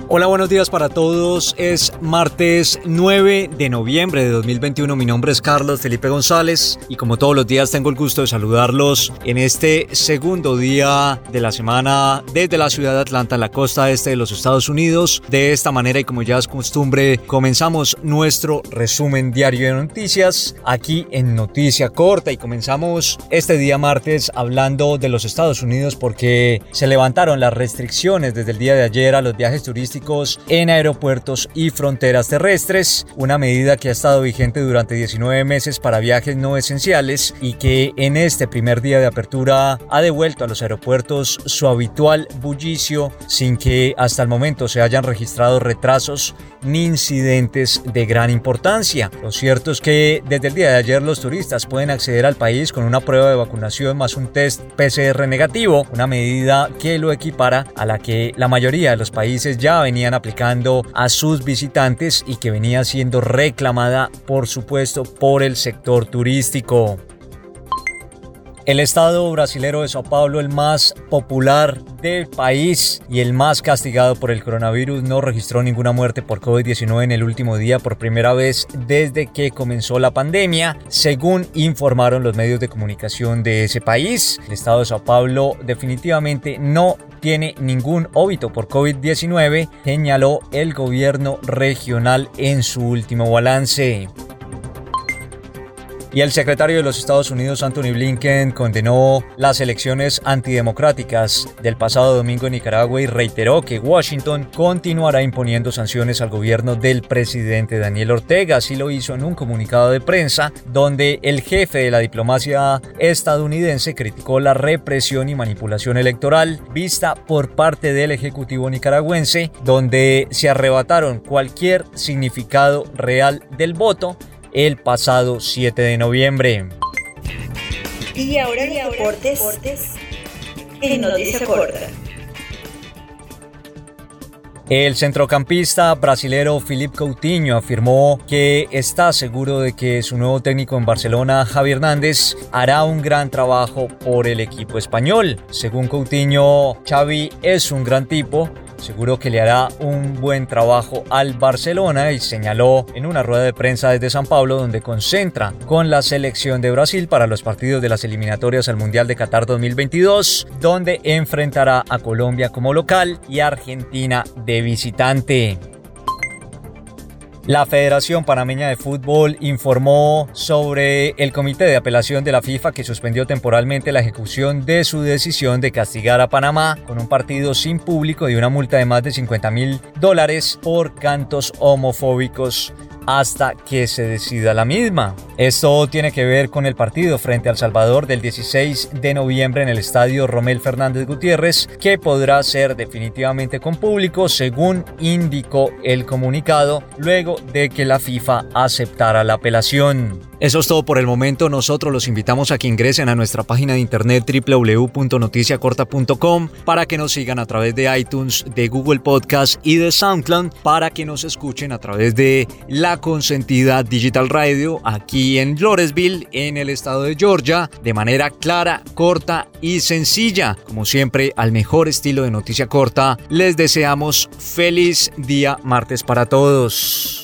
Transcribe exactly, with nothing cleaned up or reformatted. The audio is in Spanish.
Hola, buenos días para todos. Es martes nueve de noviembre de dos mil veintiuno. Mi nombre es Carlos Felipe González y como todos los días tengo el gusto de saludarlos en este segundo día de la semana desde la ciudad de Atlanta, en la costa este de los Estados Unidos. De esta manera y como ya es costumbre, comenzamos nuestro resumen diario de noticias aquí en Noticia Corta y comenzamos este día martes hablando de los Estados Unidos porque se levantaron las restricciones desde el día de ayer a los viajes turísticos en aeropuertos y fronteras terrestres, una medida que ha estado vigente durante diecinueve meses para viajes no esenciales y que en este primer día de apertura ha devuelto a los aeropuertos su habitual bullicio sin que hasta el momento se hayan registrado retrasos ni incidentes de gran importancia. Lo cierto es que desde el día de ayer los turistas pueden acceder al país con una prueba de vacunación más un test P C R negativo, una medida que lo equipara a la que la mayoría de los países ya venían aplicando a sus visitantes y que venía siendo reclamada, por supuesto, por el sector turístico. El estado brasilero de Sao Paulo, el más popular del país y el más castigado por el coronavirus, no registró ninguna muerte por COVID diecinueve en el último día por primera vez desde que comenzó la pandemia, según informaron los medios de comunicación de ese país. El estado de Sao Paulo definitivamente no tiene ningún óbito por COVID diecinueve, señaló el gobierno regional en su último balance. Y el secretario de los Estados Unidos, Anthony Blinken, condenó las elecciones antidemocráticas del pasado domingo en Nicaragua y reiteró que Washington continuará imponiendo sanciones al gobierno del presidente Daniel Ortega. Así lo hizo en un comunicado de prensa donde el jefe de la diplomacia estadounidense criticó la represión y manipulación electoral vista por parte del ejecutivo nicaragüense, donde se arrebataron cualquier significado real del voto el pasado siete de noviembre. Y ahora los deportes en Noticia Corta. El centrocampista brasilero Philippe Coutinho afirmó que está seguro de que su nuevo técnico en Barcelona, Xavi Hernández, hará un gran trabajo por el equipo español. Según Coutinho, Xavi es un gran tipo, seguro que le hará un buen trabajo al Barcelona, y señaló en una rueda de prensa desde San Pablo donde concentra con la selección de Brasil para los partidos de las eliminatorias al Mundial de Qatar dos mil veintidós, donde enfrentará a Colombia como local y a Argentina de visitante. La Federación Panameña de Fútbol informó sobre el Comité de Apelación de la FIFA que suspendió temporalmente la ejecución de su decisión de castigar a Panamá con un partido sin público y una multa de más de cincuenta mil dólares por cantos homofóbicos hasta que se decida la misma. Esto tiene que ver con el partido frente a El Salvador del dieciséis de noviembre en el estadio Rommel Fernández Gutiérrez, que podrá ser definitivamente con público, según indicó el comunicado, luego de que la FIFA aceptara la apelación. Eso es todo por el momento. Nosotros los invitamos a que ingresen a nuestra página de internet doble u doble u doble u punto noticia corta punto com para que nos sigan a través de iTunes, de Google Podcast y de SoundCloud, para que nos escuchen a través de La Consentida Digital Radio aquí en Lawrenceville, en el estado de Georgia, de manera clara, corta y sencilla. Como siempre, al mejor estilo de noticia corta, les deseamos feliz día martes para todos.